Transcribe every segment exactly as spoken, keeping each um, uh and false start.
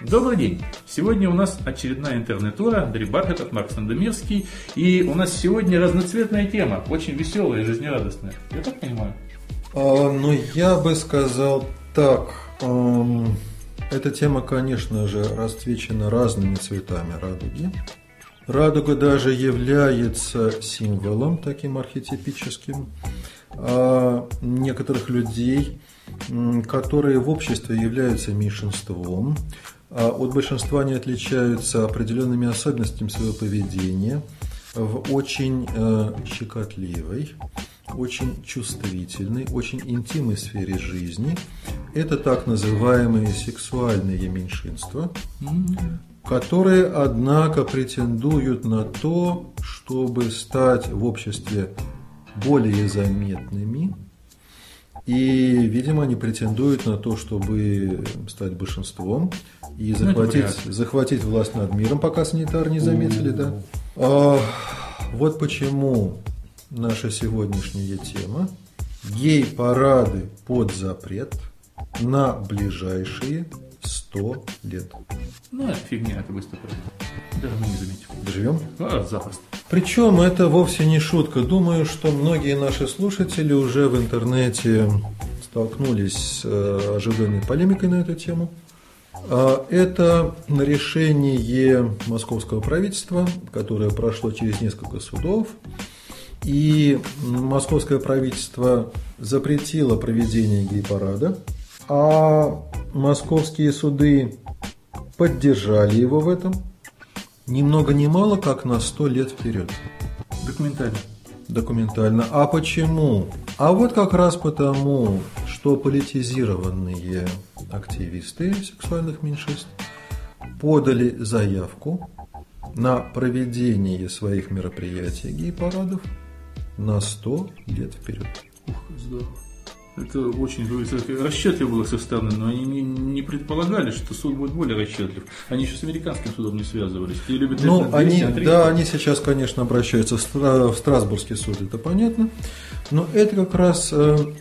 Добрый день! Сегодня у нас очередная интернет-тура, Андрей Бархатов, Марк Сандомирский. И у нас сегодня разноцветная тема, очень веселая и жизнерадостная. Я так понимаю? А, ну, я бы сказал так. Эм, эта тема, конечно же, расцвечена разными цветами радуги. Радуга даже является символом таким архетипическим а некоторых людей, которые в обществе являются меньшинством, а от большинства не отличаются определенными особенностями своего поведения в очень э, щекотливой, очень чувствительной, очень интимной сфере жизни. Это так называемые сексуальные меньшинства, которые, однако, претендуют на то, чтобы стать в обществе более заметными. И, видимо, они претендуют на то, чтобы стать большинством и захватить, ну, захватить власть над миром, пока санитары не заметили. Да? А, вот почему наша сегодняшняя тема – гей-парады под запрет на ближайшие сто лет. Ну, это фигня, это быстро пройдет. Даже мы не заметим. Доживем? А, запросто. Причем это вовсе не шутка. Думаю, что многие наши слушатели уже в интернете столкнулись с оживленной полемикой на эту тему. Это решение московского правительства, которое прошло через несколько судов. И московское правительство запретило проведение гей-парада, а московские суды поддержали его в этом. Ни много ни мало, как на сто лет вперед. Документально. Документально. А почему? А вот как раз потому, что политизированные активисты сексуальных меньшинств подали заявку на проведение своих мероприятий гей-парадов на сто лет вперед. Ух, здорово. Это очень расчетливо было со стороны, но они не, не предполагали, что суд будет более расчетлив. Они еще с американским судом не связывались. Те любят ну, это они, да, они сейчас, конечно, обращаются в Страсбургский суд, это понятно. Но это как раз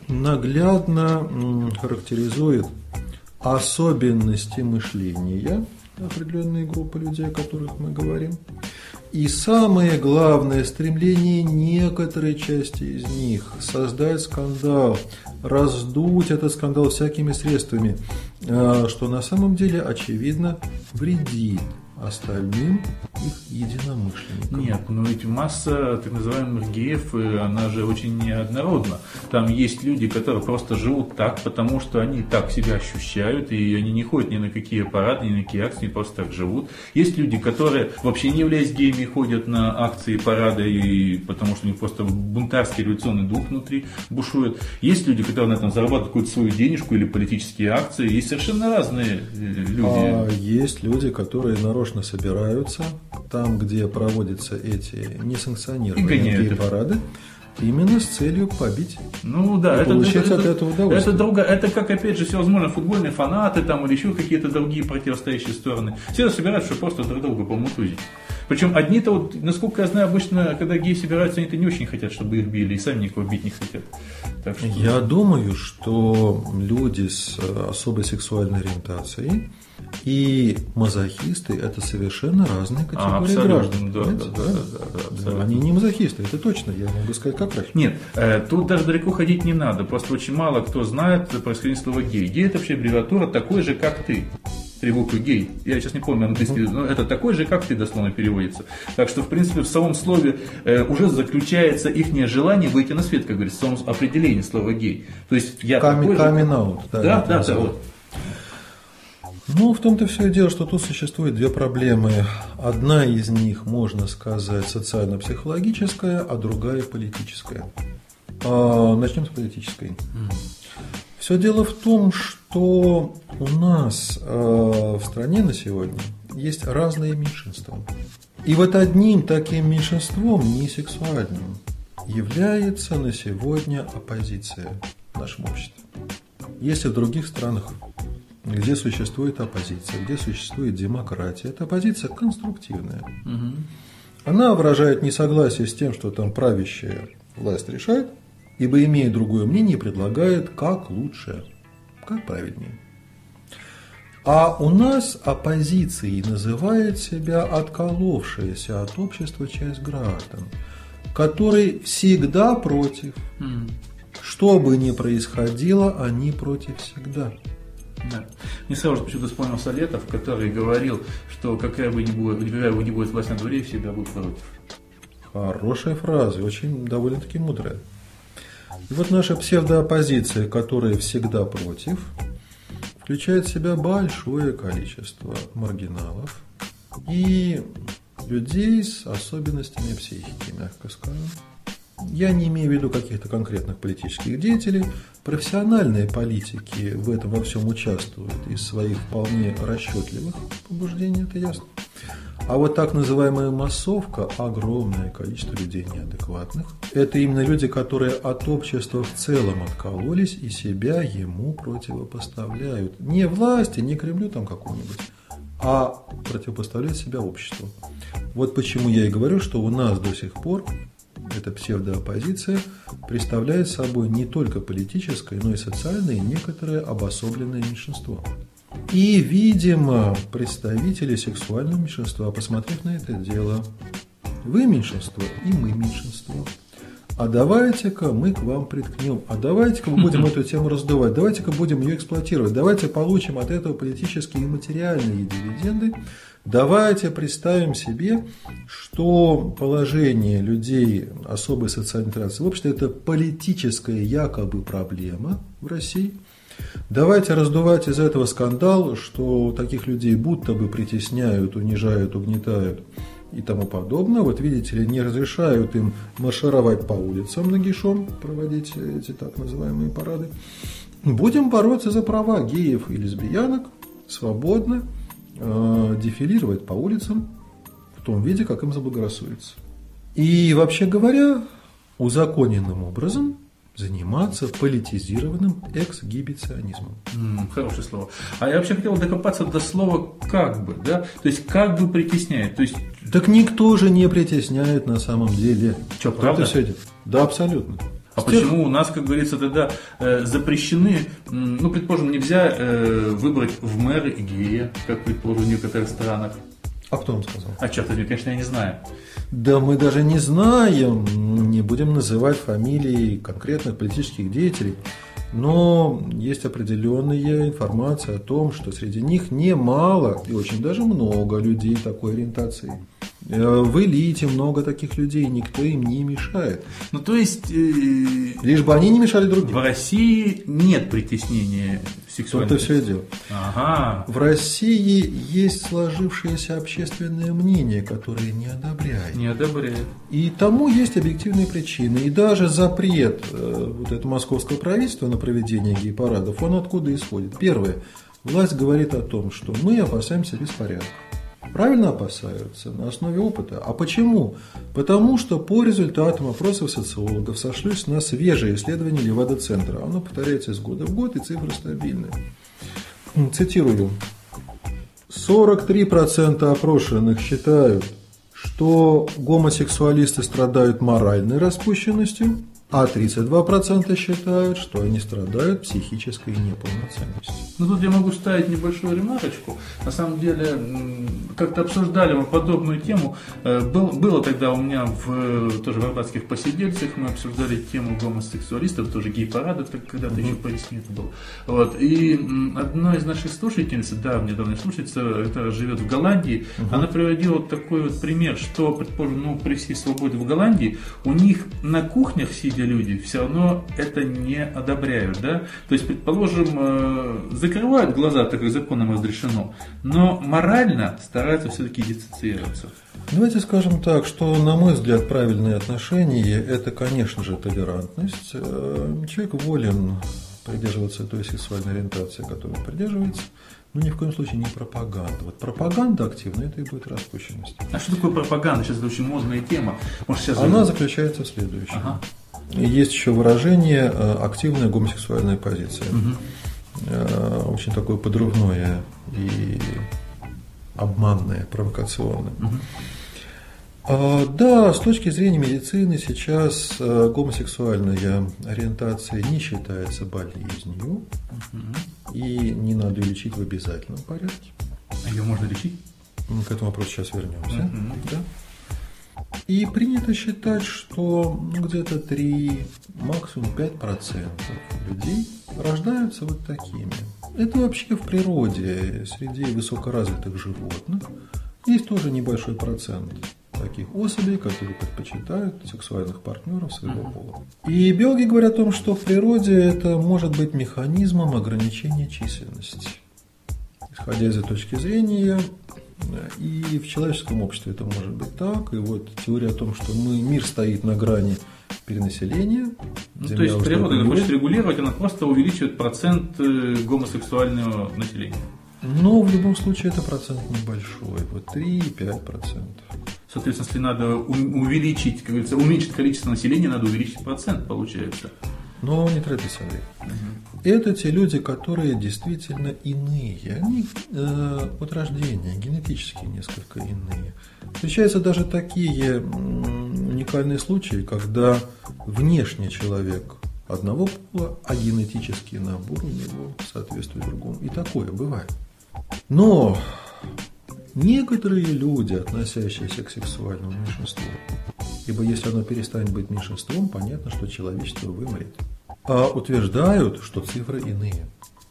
наглядно характеризует особенности мышления определенной группы людей, о которых мы говорим. И самое главное стремление некоторой части из них создать скандал, раздуть этот скандал всякими средствами, что на самом деле, очевидно, вредит остальным их единомышленникам. Нет, но ведь масса так называемых геев, она же очень неоднородна. Там есть люди, которые просто живут так, потому что они так себя ощущают, и они не ходят ни на какие парады, ни на какие акции, они просто так живут. Есть люди, которые вообще не являясь геями, ходят на акции, парады, и, потому что у них просто бунтарский революционный дух внутри бушует. Есть люди, которые на этом зарабатывают какую-то свою денежку или политические акции. Есть совершенно разные люди. А есть люди, которые нарочно собираются там, где проводятся эти несанкционированные гей-парады, именно с целью побить. Ну да, и это, получить это, от этого удовольствие. Это, друга, это как, опять же, всевозможные футбольные фанаты там, или еще какие-то другие противостоящие стороны. Все собираются, чтобы просто друг друга помутузить. Причем одни-то, вот, насколько я знаю, обычно, когда геи собираются, они-то не очень хотят, чтобы их били, и сами никого бить не хотят. Так что... Я думаю, что люди с особой сексуальной ориентацией и мазохисты – это совершенно разные категории а, граждан. Да, да, да, да, да, да, они не мазохисты, это точно, я могу сказать как раньше. Нет, э, тут даже далеко ходить не надо, просто очень мало кто знает происхождение слова гей. Гей – это вообще аббревиатура такой же, как ты. Три буквы гей. Я сейчас не помню английский, но это такой же, как ты, дословно переводится. Так что, в принципе, в самом слове э, уже заключается их желание выйти на свет, как говорится, в самом определении слова гей. То есть я Ками, такой же... Coming out. Да, да, да, да, вот. Ну, в том-то все и дело, что тут существует две проблемы. Одна из них, можно сказать, социально-психологическая, а другая политическая. А, начнем с политической. Mm. Все дело в том, что у нас э, в стране на сегодня есть разные меньшинства. И вот одним таким меньшинством, не сексуальным, является на сегодня оппозиция в нашем обществе. Есть и в других странах, где существует оппозиция, где существует демократия. Эта оппозиция конструктивная. Угу. Она выражает несогласие с тем, что там правящая власть решает, ибо, имея другое мнение, предлагает как лучше, как правильнее. А у нас оппозицией называет себя отколовшаяся от общества часть граждан, которые всегда против. Mm. Что бы ни происходило, они против всегда. Да. Мне сразу же почему-то вспомнил Солетов, который говорил, что какая бы ни будет, какая бы ни будет власть на дворе, всегда будет против. Хорошая фраза, очень довольно-таки мудрая. И вот наша псевдооппозиция, которая всегда против, включает в себя большое количество маргиналов и людей с особенностями психики, мягко скажем. Я не имею в виду каких-то конкретных политических деятелей. Профессиональные политики в этом во всем участвуют из своих вполне расчетливых побуждений, это ясно. А вот так называемая массовка, огромное количество людей неадекватных, это именно люди, которые от общества в целом откололись и себя ему противопоставляют. Не власти, не Кремлю там какому-нибудь, а противопоставляют себя обществу. Вот почему я и говорю, что у нас до сих пор эта псевдооппозиция представляет собой не только политическое, но и социальное и некоторое обособленное меньшинство. И, видимо, представители сексуального меньшинства, посмотрев на это дело, вы меньшинство и мы меньшинство. А давайте-ка мы к вам приткнем, а давайте-ка мы будем эту тему раздувать, давайте-ка будем ее эксплуатировать, давайте получим от этого политические и материальные дивиденды. Давайте представим себе, что положение людей особой социальной интеграции в обществе – это политическая якобы проблема в России. Давайте раздувать из этого скандал, что таких людей будто бы притесняют, унижают, угнетают и тому подобное. Вот видите ли, не разрешают им маршировать по улицам нагишом, проводить эти так называемые парады. Будем бороться за права геев и лесбиянок свободно дефилировать по улицам в том виде, как им заблагорассудится. И, вообще говоря, узаконенным образом заниматься политизированным эксгибиционизмом. Mm, хорошее слово. А я вообще хотел докопаться до слова «как бы», да? То есть, как бы притесняет. То есть... Так никто же не притесняет на самом деле. Что, правда? Да, абсолютно. А почему у нас, как говорится, тогда э, запрещены, ну, предположим, нельзя э, выбрать в мэры гея, как предположим в некоторых странах? А кто вам сказал? А черт возьми, конечно, я не знаю. Да мы даже не знаем, не будем называть фамилии конкретных политических деятелей, но есть определенная информация о том, что среди них немало и очень даже много людей такой ориентации. В элите много таких людей, никто им не мешает. Ну, то есть... Э, Лишь бы они не мешали другим. В России нет притеснения сексуального. Это все и дело. Ага. В России есть сложившееся общественное мнение, которое не одобряет. Не одобряет. И тому есть объективные причины. И даже запрет э, вот этого московского правительства на проведение гей-парадов, он откуда исходит? Первое. Власть говорит о том, что мы опасаемся беспорядков. Правильно опасаются на основе опыта. А почему? Потому что по результатам опросов социологов сошлюсь на свежее исследование Левада-центра. Оно повторяется из года в год, и цифры стабильные. Цитирую. сорок три процента опрошенных считают, что гомосексуалисты страдают моральной распущенностью, а тридцать два процента считают, что они страдают психической неполноценностью. Ну, тут я могу ставить небольшую ремарочку. На самом деле, как-то обсуждали мы подобную тему. Был, было тогда у меня в, тоже в арбатских посидельцах, мы обсуждали тему гомосексуалистов, тоже гей-парадов, так когда-то mm-hmm. еще пояснит был. Вот. И одна из наших слушательниц, давняя давняя слушательница, которая живет в Голландии, mm-hmm. она приводила вот такой вот пример, что, предположим, ну, при всей свободе в Голландии, у них на кухнях сидя люди все равно это не одобряют, да? То есть, предположим, закрывают глаза, так как законом разрешено, но морально стараются все-таки дистанцироваться. Давайте скажем так, что, на мой взгляд, правильные отношения – это, конечно же, толерантность. Человек волен придерживаться той сексуальной ориентации, которой он придерживается, но ни в коем случае не пропаганда. Вот пропаганда активная – это и будет распущенность. А что такое пропаганда? Сейчас это очень модная тема. Может, сейчас... Она заключается в следующем. Ага. Есть еще выражение «активная гомосексуальная позиция». Угу. Очень такое подрывное и обманное, провокационное. Угу. А, да, с точки зрения медицины сейчас а, гомосексуальная ориентация не считается болезнью, угу. и не надо ее лечить в обязательном порядке. А ее можно лечить? Мы к этому вопросу сейчас вернемся. Угу. Да? И принято считать, что ну, где-то три, максимум пять процентов людей рождаются вот такими. Это вообще в природе, среди высокоразвитых животных, есть тоже небольшой процент таких особей, которые предпочитают сексуальных партнеров своего пола. И биологи говорят о том, что в природе это может быть механизмом ограничения численности. Исходя из этой точки зрения, и в человеческом обществе это может быть так. И вот теория о том, что мы, мир стоит на грани перенаселения. Ну, то есть природа, когда хочет регулировать, она просто увеличивает процент гомосексуального населения. Но в любом случае это процент небольшой, вот три-пять процентов. Соответственно, если надо увеличить, как говорится, уменьшить количество населения, надо увеличить процент, получается. Но не традиционные. Угу. Это те люди, которые действительно иные. Они э, от рождения генетически несколько иные. Встречаются даже такие м, уникальные случаи, когда внешне человек одного пола, а генетический набор у него соответствует другому. И такое бывает. Но некоторые люди, относящиеся к сексуальному меньшинству, ибо если оно перестанет быть меньшинством, понятно, что человечество вымрет, а утверждают, что цифры иные.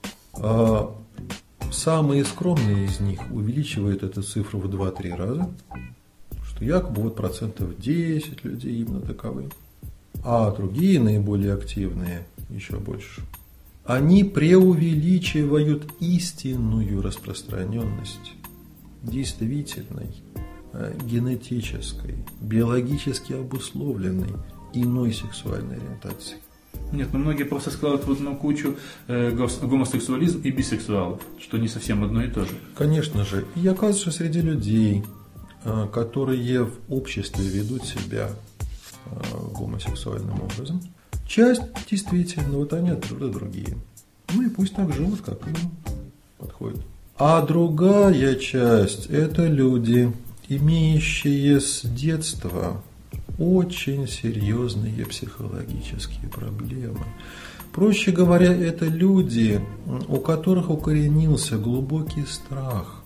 А самые скромные из них увеличивают эту цифру в два-три раза, что якобы вот процентов десять людей именно таковы. А другие, наиболее активные, еще больше, они преувеличивают истинную распространенность действительной, генетической, биологически обусловленной иной сексуальной ориентации. Нет, ну многие просто складывают в одну кучу э, гомосексуализм и бисексуалов, что не совсем одно и то же. Конечно же. И оказывается, среди людей, э, которые в обществе ведут себя э, гомосексуальным образом, часть действительно, вот они от друга другие. Ну и пусть так живут, как им подходит. А другая часть – это люди, имеющие с детства очень серьезные психологические проблемы. Проще говоря, это люди, у которых укоренился глубокий страх,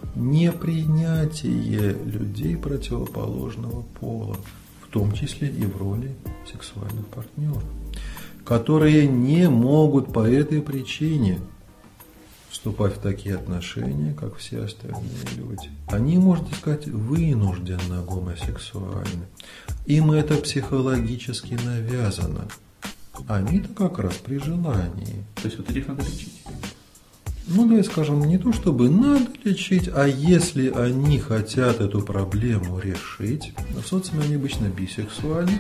непринятие людей противоположного пола, в том числе и в роли сексуальных партнеров, которые не могут по этой причине вступать в такие отношения, как все остальные люди. Они, можно сказать, вынужденно гомосексуальны. Им это психологически навязано. Они-то как раз при желании. То есть вот этих надо лечить? Ну, давай скажем, не то чтобы надо лечить, а если они хотят эту проблему решить, в социуме они обычно бисексуальны,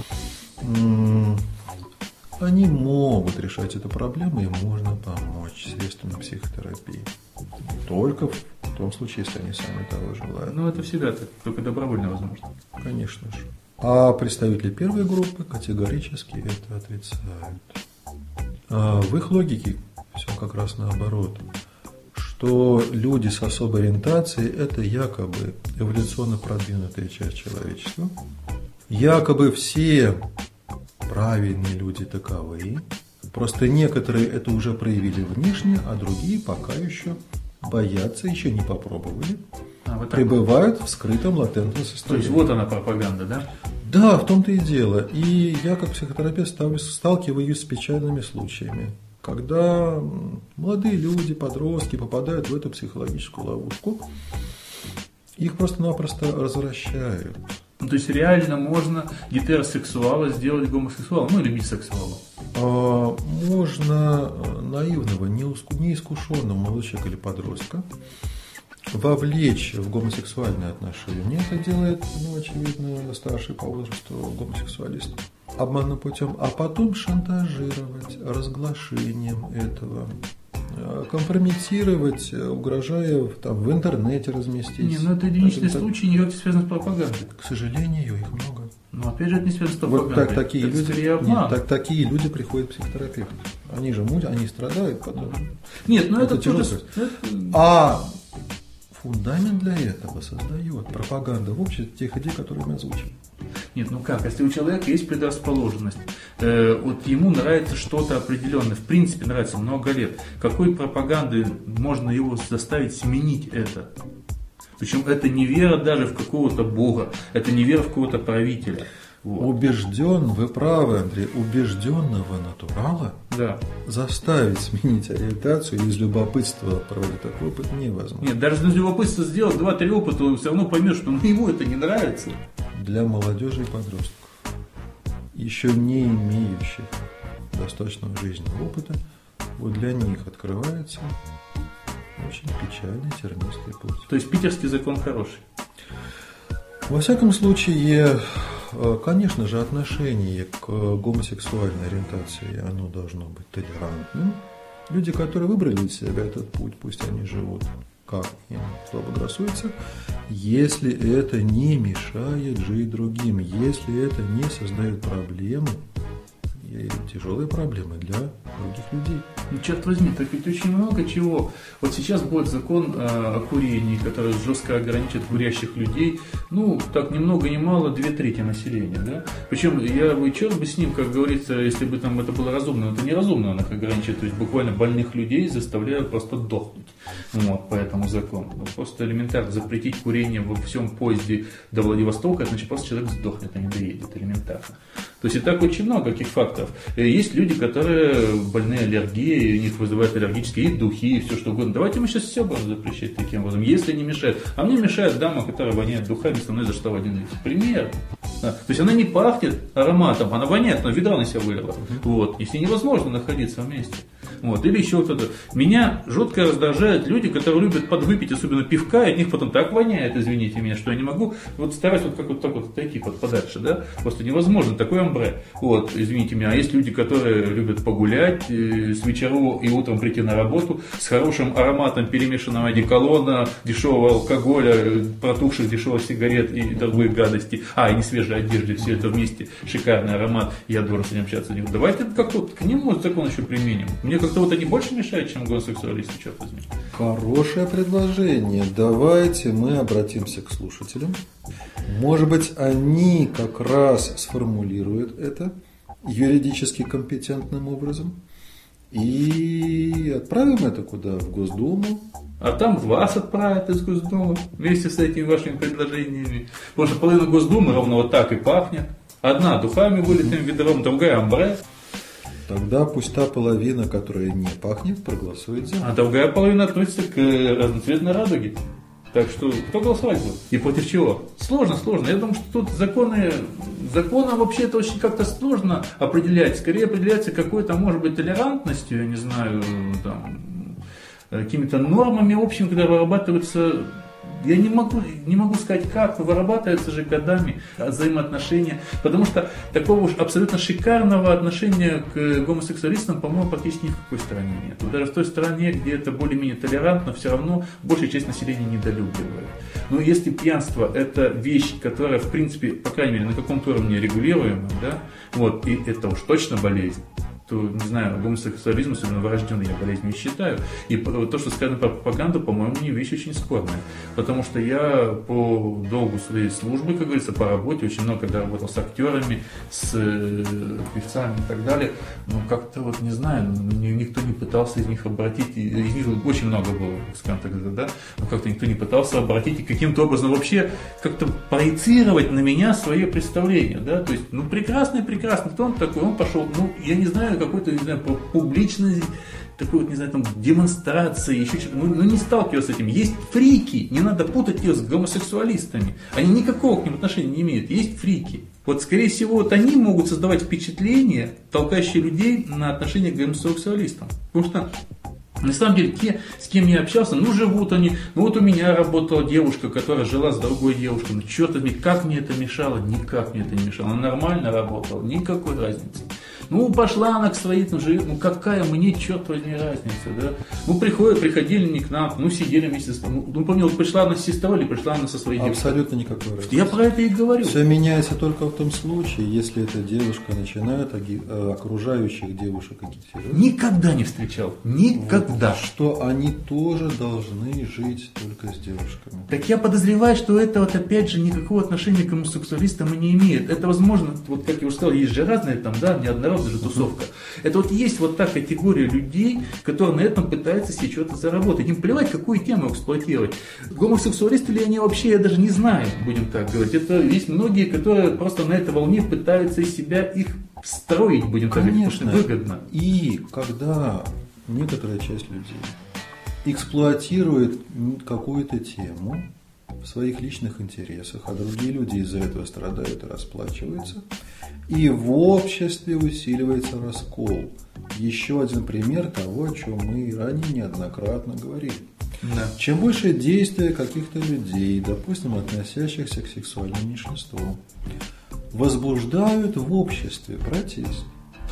они могут решать эту проблему, им можно помочь средствами психотерапии. Только в том случае, если они сами того желают. Ну, это всегда так, только добровольно возможно. Конечно же. А представители первой группы категорически это отрицают. А в их логике все как раз наоборот. Что люди с особой ориентацией – это якобы эволюционно продвинутая часть человечества. Якобы все правильные люди таковы. Просто некоторые это уже проявили внешне, а другие пока еще боятся, еще не попробовали. А, вот пребывают в скрытом латентном состоянии. То есть вот она пропаганда, да? Да, в том-то и дело. И я как психотерапевт сталкиваюсь с печальными случаями, когда молодые люди, подростки попадают в эту психологическую ловушку, их просто-напросто развращают. Ну, то есть реально можно гетеросексуала сделать гомосексуалом, ну или бисексуалом? А, можно наивного, неискушенного молодого человека или подростка вовлечь в гомосексуальные отношения. Это делает, ну, очевидно, старший по возрасту гомосексуалист обманным путем, а потом шантажировать разглашением этого, компрометировать, угрожая там, в интернете разместить. Не, ну это единичный случай, никак не связан с пропагандой. К сожалению, их много. Но опять же это не связано с пропагандой. Вот так, такие, это люди, нет, так, такие люди приходят к психотерапевту. Они же муть, они страдают потом. Нет, ну это, это тяжело. Это... А фундамент для этого создает пропаганда в обществе тех идей, которые мы озвучили. Нет, ну как, если у человека есть предрасположенность, э, вот ему нравится что-то определенное, в принципе нравится много лет, какой пропагандой можно его заставить сменить это? Причем это не вера даже в какого-то бога, это не вера в какого-то правителя. Вот. Убежден, вы правы, Андрей, убежденного натурала да. заставить сменить ориентацию из любопытства проводить такой опыт невозможно. Нет, даже из любопытства сделать два-три опыта, он все равно поймет, что ему это не нравится. Для молодежи и подростков, еще не имеющих достаточного жизненного опыта, вот для них открывается очень печальный тернистый путь. То есть питерский закон хороший? Во всяком случае, конечно же, отношение к гомосексуальной ориентации, оно должно быть толерантным. Люди, которые выбрали для себя этот путь, пусть они живут как им заблагорассудится, если это не мешает жить другим, если это не создает проблемы, и тяжелые проблемы для других людей. Ну, черт возьми, так ведь очень много чего. Вот сейчас будет закон э, о курении, который жестко ограничит курящих людей. Ну, так ни много ни мало, две трети населения, да? Причем я бы, черт бы с ним, как говорится, если бы там это было разумно, но это неразумно, она их ограничивает. То есть буквально больных людей заставляют просто дохнуть. Вот, по этому закону. Ну, просто элементарно запретить курение во всем поезде до Владивостока, значит, просто человек сдохнет, а не доедет, элементарно. То есть и так очень много каких факторов. Есть люди, которые больны аллергией, у них вызывают аллергические и духи, и все что угодно. Давайте мы сейчас все будем запрещать таким образом, если не мешает. А мне мешает дама, которая воняет духами, со мной зашла в один литр. Пример. Да. То есть она не пахнет ароматом, она воняет, но ведро на себя вылила. Uh-huh. Вот. И с ней невозможно находиться вместе. Вот. Или еще кто-то. Меня жутко раздражают люди, которые любят подвыпить, особенно пивка, и от них потом так воняет, извините меня, что я не могу. Вот стараюсь вот как вот так вот отойти под подальше, да? Просто невозможно, такой амбре. Вот, извините меня. А есть люди, которые любят погулять э, с вечеру и утром прийти на работу с хорошим ароматом перемешанного одеколона, дешевого алкоголя, протухших дешевых сигарет и другой гадости. А, и не свежей одежды, все это вместе, шикарный аромат. Я должен с ним общаться. Давайте как-то к нему закон еще применим. Мне как-то вот они больше мешают, чем гомосексуалисты, черт возьми. Хорошее предложение. Давайте мы обратимся к слушателям. Может быть, они как раз сформулируют это юридически компетентным образом и отправим это куда? В Госдуму. А там вас отправят из Госдумы вместе с этими вашими предложениями. Потому что половина Госдумы ровно вот так и пахнет. Одна духами вылитым ведром, другая амбре. Тогда пусть та половина, которая не пахнет, проголосует за. А другая половина относится к разноцветной радуге. Так что кто голосовать будет? И против чего? Сложно, сложно. Я думаю, что тут законы, законы вообще это очень как-то сложно определять. Скорее определяется какой-то, может быть, толерантностью, я не знаю, там, какими-то нормами общими, которые вырабатываются. Я не могу, не могу сказать как, но вырабатывается же годами взаимоотношения, потому что такого уж абсолютно шикарного отношения к гомосексуалистам, по-моему, практически ни в какой стране нет. Даже в той стране, где это более-менее толерантно, все равно большая часть населения недолюбливает. Но если пьянство – это вещь, которая, в принципе, по крайней мере, на каком-то уровне регулируема, да, вот, и это уж точно болезнь, то, не знаю, гомосексуализм, особенно врожденный, я болезнью не считаю. И то, что сказано про пропаганду, по-моему, не вещь очень спорная. Потому что я по долгу своей службы, как говорится, по работе, очень много когда работал с актерами, с певцами и так далее. Ну, как-то вот, не знаю, никто не пытался из них обратить, из них очень много было, скажем так, да, но как-то никто не пытался обратить и каким-то образом вообще как-то проецировать на меня свое представление, да, то есть, ну, прекрасный, прекрасный, кто он такой, он пошел, ну, я не знаю, какой-то, не знаю, публичной такой вот, не знаю, там, демонстрации, еще что-то, ну, ну, не сталкивался с этим. Есть фрики, не надо путать ее с гомосексуалистами. Они никакого к ним отношения не имеют. Есть фрики. Вот, скорее всего, вот они могут создавать впечатление, толкающие людей на отношение к гомосексуалистам. Потому что на самом деле, те, с кем я общался, ну, живут они. Ну, вот у меня работала девушка, которая жила с другой девушкой. Ну, черт возьми, как мне это мешало? Никак мне это не мешало. Она нормально работала, никакой разницы. Ну, пошла она к своей, ну, живет, ну, какая мне, черт возьми, разница, да? Ну, приходят, приходили не к нам, ну, сидели вместе с... Ну, ну помню, пришла она с сестрой или пришла она со своей девушкой? Абсолютно никакой разницы. Я про это и говорю. Все меняется только в том случае, если эта девушка начинает окружающих девушек агитировать. Никогда не встречал. Никогда. Вот, что они тоже должны жить только с девушками. Так я подозреваю, что это вот опять же никакого отношения к гомосексуалистам и не имеет. Это возможно, вот как я уже сказал, есть же разные там, да, неоднородная же тусовка. Это вот есть вот та категория людей, которые на этом пытаются себе что-то заработать. Им плевать, какую тему эксплуатировать. Гомосексуалисты ли они вообще, я даже не знаю, будем так говорить. Это есть многие, которые просто на этой волне пытаются из себя их строить, будем так говорить, потому что выгодно. И когда некоторая часть людей эксплуатирует какую-то тему в своих личных интересах, а другие люди из-за этого страдают и расплачиваются, и в обществе усиливается раскол. Еще один пример того, о чем мы ранее неоднократно говорили. Да. Чем больше действия каких-то людей, допустим, относящихся к сексуальному меньшинству, возбуждают в обществе протест.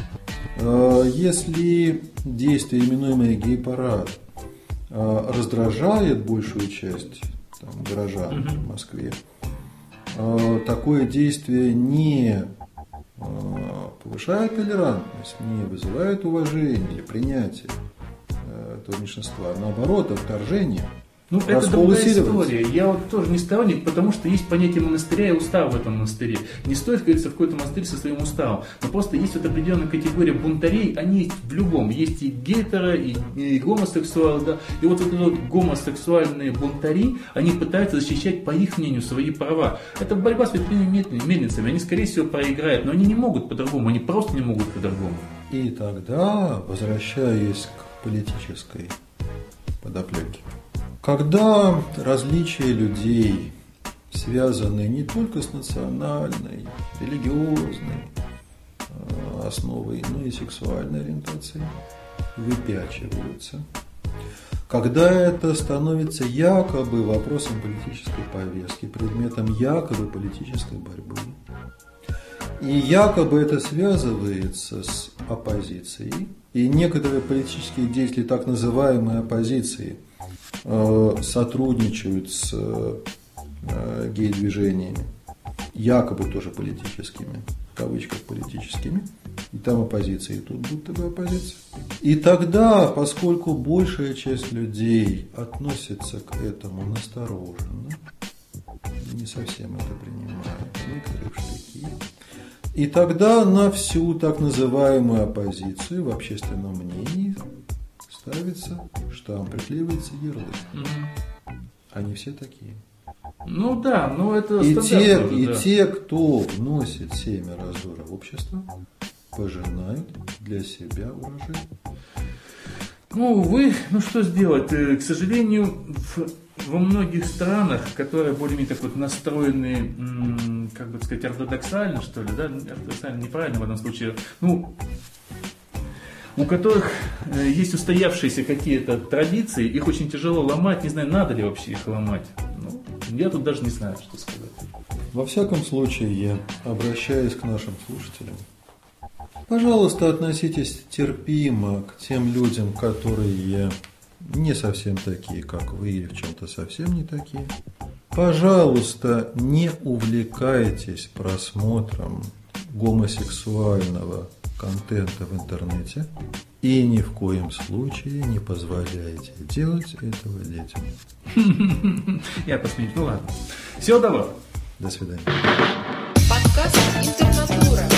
Если действие, именуемое гей-парад, раздражает большую часть там, горожан в Москве, такое действие не повышает толерантность, не вызывает уважения или принятия этого меньшинства, а наоборот, отторжение. Ну, это другая история. Я вот тоже не сторонник, потому что есть понятие монастыря и устав в этом монастыре. Не стоит, как говорится, в какой-то монастырь со своим уставом. Но просто есть вот определенная категория бунтарей, они есть в любом. Есть и гетеро, и, и гомосексуалы, да. И вот эти вот гомосексуальные бунтари, они пытаются защищать, по их мнению, свои права. Это борьба с ветряными мельницами. Они, скорее всего, проиграют, но они не могут по-другому, они просто не могут по-другому. И тогда, возвращаясь к политической подоплеке, когда различия людей связаны не только с национальной, религиозной основой, но и сексуальной ориентацией, выпячиваются, когда это становится якобы вопросом политической повестки, предметом якобы политической борьбы, и якобы это связывается с оппозицией, и некоторые политические деятели так называемой оппозиции сотрудничают с гей-движениями, якобы тоже политическими, в кавычках политическими, и там оппозиция, и тут будто бы оппозиция. И тогда, поскольку большая часть людей относится к этому настороженно, не совсем это принимает, некоторые в штыки, и тогда на всю так называемую оппозицию в общественном мнении ставится штамп, приклеивается ярлык. Mm-hmm. Они все такие. Ну да, но это и те, тоже, и да. те, кто вносит семя раздора в общество, пожинают для себя урожай. Ну, увы, ну что сделать? К сожалению, в, во многих странах, которые более-менее так вот настроены, как бы сказать, ортодоксально, что ли, да, ортодоксально неправильно в этом случае, ну, у которых есть устоявшиеся какие-то традиции, их очень тяжело ломать, не знаю, надо ли вообще их ломать. Ну, я тут даже не знаю, что сказать. Во всяком случае, я обращаюсь к нашим слушателям. Пожалуйста, относитесь терпимо к тем людям, которые не совсем такие, как вы, или в чем-то совсем не такие. Пожалуйста, не увлекайтесь просмотром гомосексуального контента в интернете и ни в коем случае не позволяйте делать этого детям. Я посмеюсь, ну ладно. Всего доброго. До свидания. Подкаст «Интернатура».